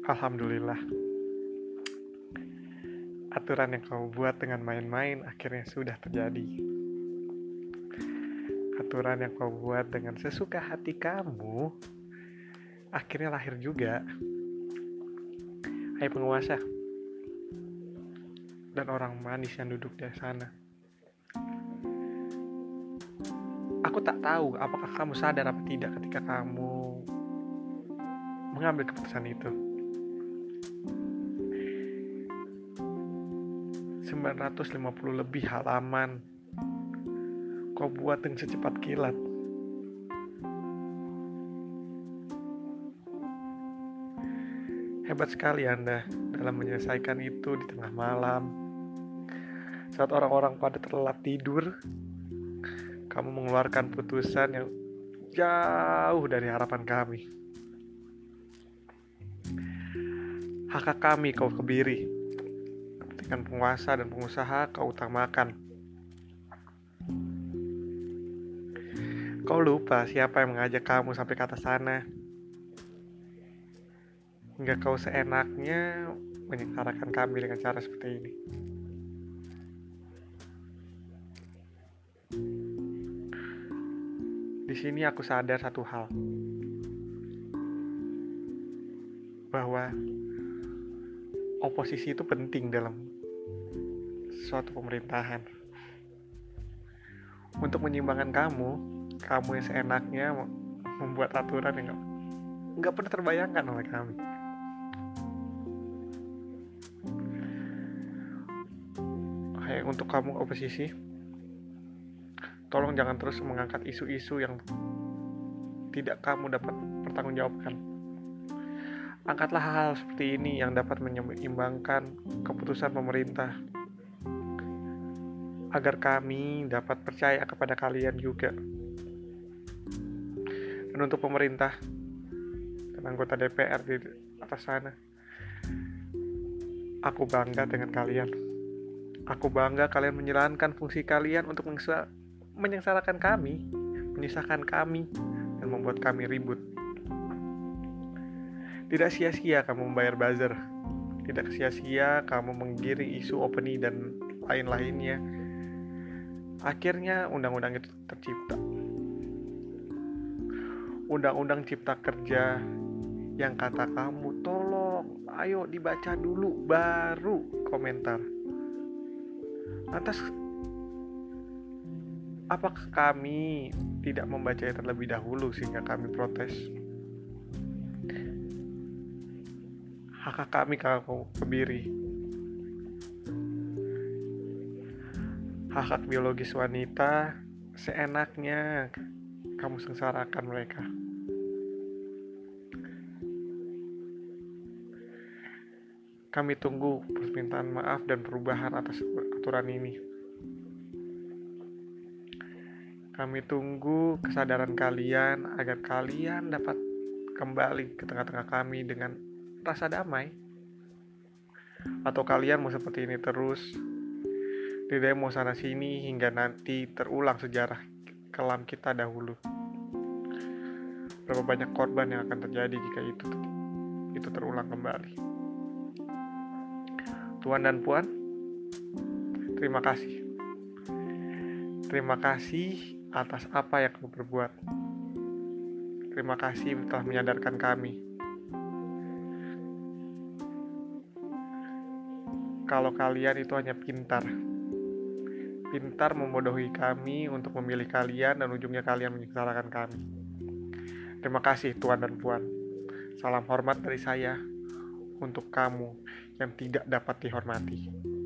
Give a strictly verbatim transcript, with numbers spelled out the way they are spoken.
Alhamdulillah, aturan yang kau buat dengan main-main akhirnya sudah terjadi. Aturan yang kau buat dengan sesuka hati kamu akhirnya lahir juga. Hai penguasa dan orang manis yang duduk di sana. Aku tak tahu apakah kamu sadar apa tidak ketika kamu mengambil keputusan itu. sembilan ratus lima puluh lebih halaman kau buat dengan secepat kilat. Hebat sekali Anda dalam menyelesaikan itu di tengah malam. Saat orang-orang pada terlelap tidur, kamu mengeluarkan putusan yang jauh dari harapan kami. Hak kami kau kebiri. Kepentingan penguasa dan pengusaha kau utamakan. Kau lupa siapa yang mengajak kamu sampai ke atas sana. Hingga kau seenaknya menyengsarakan kami dengan cara seperti ini. Di sini aku sadar satu hal, bahwa oposisi itu penting dalam suatu pemerintahan. Untuk menyeimbangkan kamu, kamu yang seenaknya membuat aturan yang nggak pernah terbayangkan oleh kami. Hai, untuk kamu oposisi, tolong jangan terus mengangkat isu-isu yang tidak kamu dapat pertanggungjawabkan. Angkatlah hal-hal seperti ini yang dapat menyeimbangkan keputusan pemerintah, agar kami dapat percaya kepada kalian juga. Dan untuk pemerintah dan anggota D P R di atas sana, aku bangga dengan kalian. Aku bangga kalian menjalankan fungsi kalian untuk menyengsarakan kami, menyusahkan kami, dan membuat kami ribut. Tidak sia-sia kamu membayar buzzer. Tidak sia-sia kamu menggiring isu opini dan lain-lainnya. Akhirnya undang-undang itu tercipta. Undang-undang cipta kerja yang kata kamu, tolong, ayo dibaca dulu, baru komentar. Lantas, apakah kami tidak membacanya terlebih dahulu sehingga kami protes? Hak kami kamu kebiri. Hak-hak biologis wanita seenaknya kamu sengsarakan mereka. Kami tunggu permintaan maaf dan perubahan atas aturan ini. Kami tunggu kesadaran kalian agar kalian dapat kembali ke tengah-tengah kami dengan rasa damai. Atau kalian mau seperti ini terus, di demo sana sini hingga nanti terulang sejarah kelam kita dahulu. Berapa banyak korban yang akan terjadi jika itu itu terulang kembali. Tuan dan puan, terima kasih. Terima kasih atas apa yang kamu perbuat. Terima kasih telah menyadarkan kami kalau kalian itu hanya pintar. Pintar membodohi kami untuk memilih kalian dan ujungnya kalian menyengsarakan kami. Terima kasih Tuan dan Puan. Salam hormat dari saya untuk kamu yang tidak dapat dihormati.